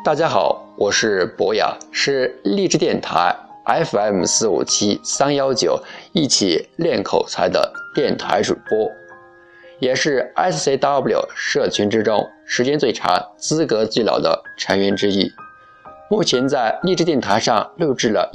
大家好，我是博雅，是励志电台 FM457-319一起练口才的电台主播，也是 SCW 社群之中时间最长、资格最老的成员之一。目前在励志电台上录制了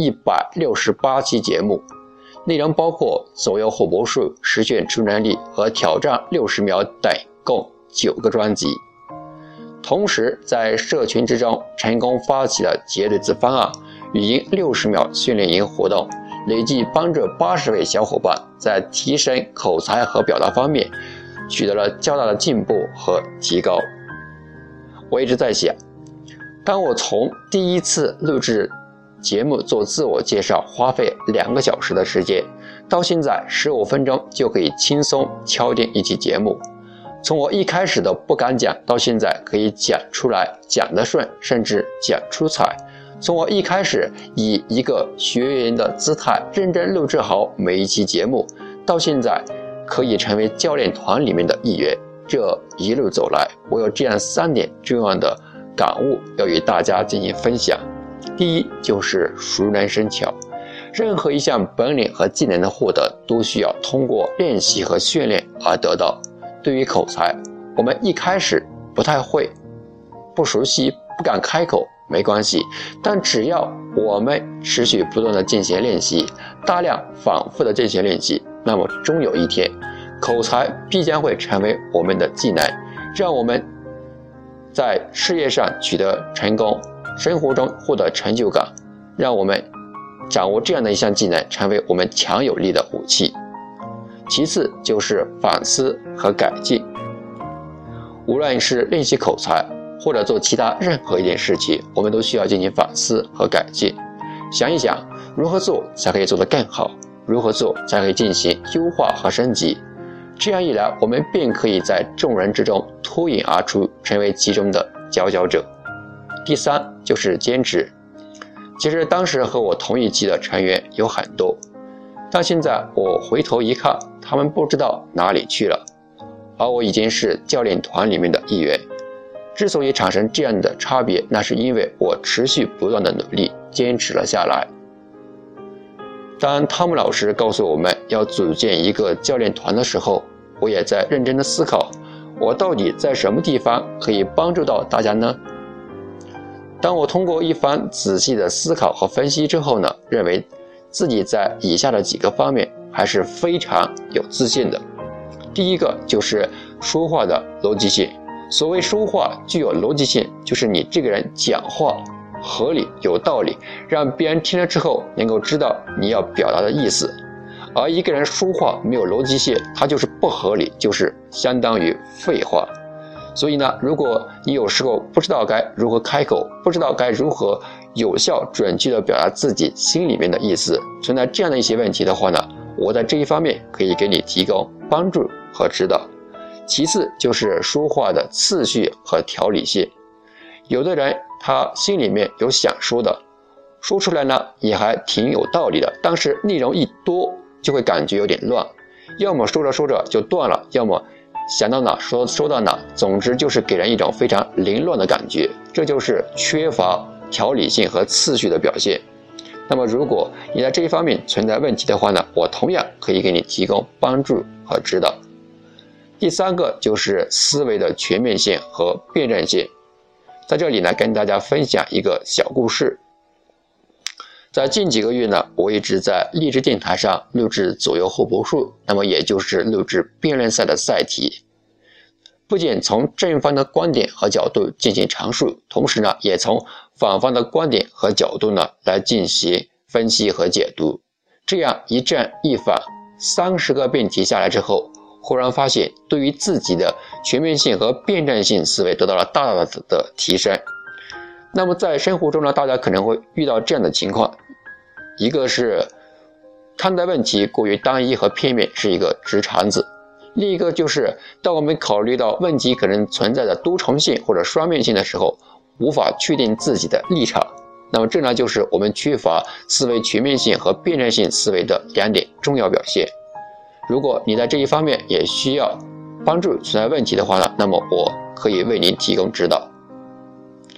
168期节目，内容包括左右互搏术、实现超能力和挑战60秒等共9个专辑。同时在社群之中成功发起了节对子方案语音60秒训练营活动，累计帮助80位小伙伴在提升口才和表达方面取得了较大的进步和提高。我一直在想，当我从第一次录制节目做自我介绍花费2个小时的时间，到现在15分钟就可以轻松敲定一期节目，从我一开始的不敢讲到现在可以讲出来，讲得顺，甚至讲出彩，从我一开始以一个学员的姿态认真录制好每一期节目，到现在可以成为教练团里面的一员，这一路走来，我有这样3点重要的感悟要与大家进行分享。第一，就是熟能生巧，任何一项本领和技能的获得都需要通过练习和训练而得到。对于口才，我们一开始不太会、不熟悉、不敢开口没关系，但只要我们持续不断的进行练习，大量反复的进行练习，那么终有一天，口才必将会成为我们的技能，让我们在事业上取得成功，生活中获得成就感，让我们掌握这样的一项技能，成为我们强有力的武器。其次就是反思和改进，无论是练习口才或者做其他任何一件事情，我们都需要进行反思和改进，想一想如何做才可以做得更好，如何做才可以进行优化和升级，这样一来，我们便可以在众人之中脱颖而出，成为其中的佼佼者。第三就是坚持，其实当时和我同一期的成员有很多，但现在我回头一看，他们不知道哪里去了，而我已经是教练团里面的一员。之所以产生这样的差别，那是因为我持续不断的努力，坚持了下来。当汤姆老师告诉我们要组建一个教练团的时候，我也在认真的思考，我到底在什么地方可以帮助到大家呢？当我通过一番仔细的思考和分析之后呢，认为自己在以下的几个方面还是非常有自信的。第一个就是说话的逻辑性。所谓说话具有逻辑性，就是你这个人讲话合理有道理，让别人听了之后能够知道你要表达的意思。而一个人说话没有逻辑性，他就是不合理，就是相当于废话。所以呢，如果你有时候不知道该如何开口，不知道该如何有效准确地表达自己心里面的意思，存在这样的一些问题的话呢，我在这一方面可以给你提供帮助和指导。其次就是说话的次序和条理性。有的人他心里面有想说的，说出来呢也还挺有道理的，但是内容一多就会感觉有点乱，要么说着说着就断了，要么想到哪说到哪，总之就是给人一种非常凌乱的感觉，这就是缺乏条理性和次序的表现。那么如果你在这一方面存在问题的话呢，我同样可以给你提供帮助和指导。第三个就是思维的全面性和辩证性。在这里呢，跟大家分享一个小故事。在近几个月呢，我一直在励志电台上录制左右互搏术，那么也就是录制辩论赛的赛题。不仅从正方的观点和角度进行阐述，同时呢，也从反方的观点和角度呢来进行分析和解读。这样一正一反30个辩题下来之后，忽然发现对于自己的全面性和辩证性思维得到了大大的提升。那么在生活中呢，大家可能会遇到这样的情况，一个是看待问题过于单一和片面，是一个直肠子；另一个就是当我们考虑到问题可能存在的多重性或者双面性的时候，无法确定自己的立场。那么这呢，就是我们缺乏思维全面性和辩证性思维的2点重要表现。如果你在这一方面也需要帮助存在问题的话呢，那么我可以为您提供指导。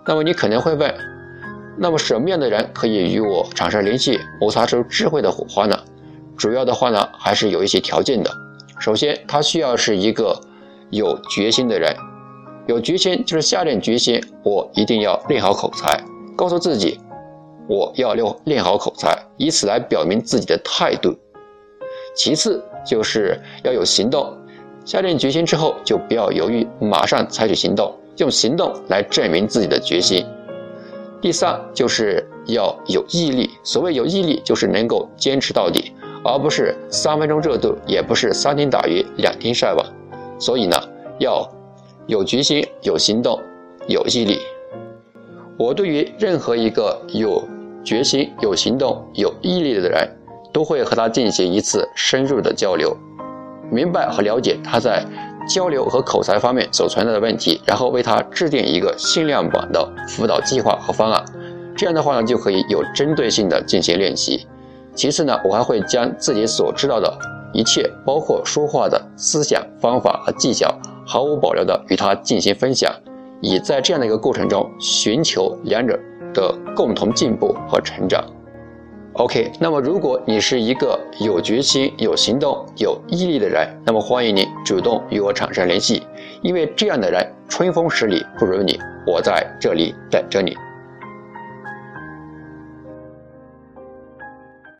那么你可能会问，那么什么样的人可以与我产生联系，摩擦出智慧的火花呢？主要的话呢，还是有一些条件的。首先，他需要是一个有决心的人。有决心就是下定决心，我一定要练好口才，告诉自己我要练好口才，以此来表明自己的态度。其次就是要有行动，下定决心之后就不要犹豫，马上采取行动，用行动来证明自己的决心。第三就是要有毅力，所谓有毅力就是能够坚持到底，而不是3分钟热度，也不是3天打鱼2天晒网。所以呢，要有决心、有行动、有毅力。我对于任何一个有决心、有行动、有毅力的人，都会和他进行一次深入的交流，明白和了解他在交流和口才方面所存在的问题，然后为他制定一个限量版的辅导计划和方案。这样的话呢，就可以有针对性的进行练习。其次呢，我还会将自己所知道的一切，包括说话的思想、方法和技巧，毫无保留的与他进行分享，以在这样的一个过程中寻求两者的共同进步和成长。OK， 那么如果你是一个有决心、有行动、有毅力的人，那么欢迎你主动与我产生联系，因为这样的人春风十里不如你，我在这里等着你。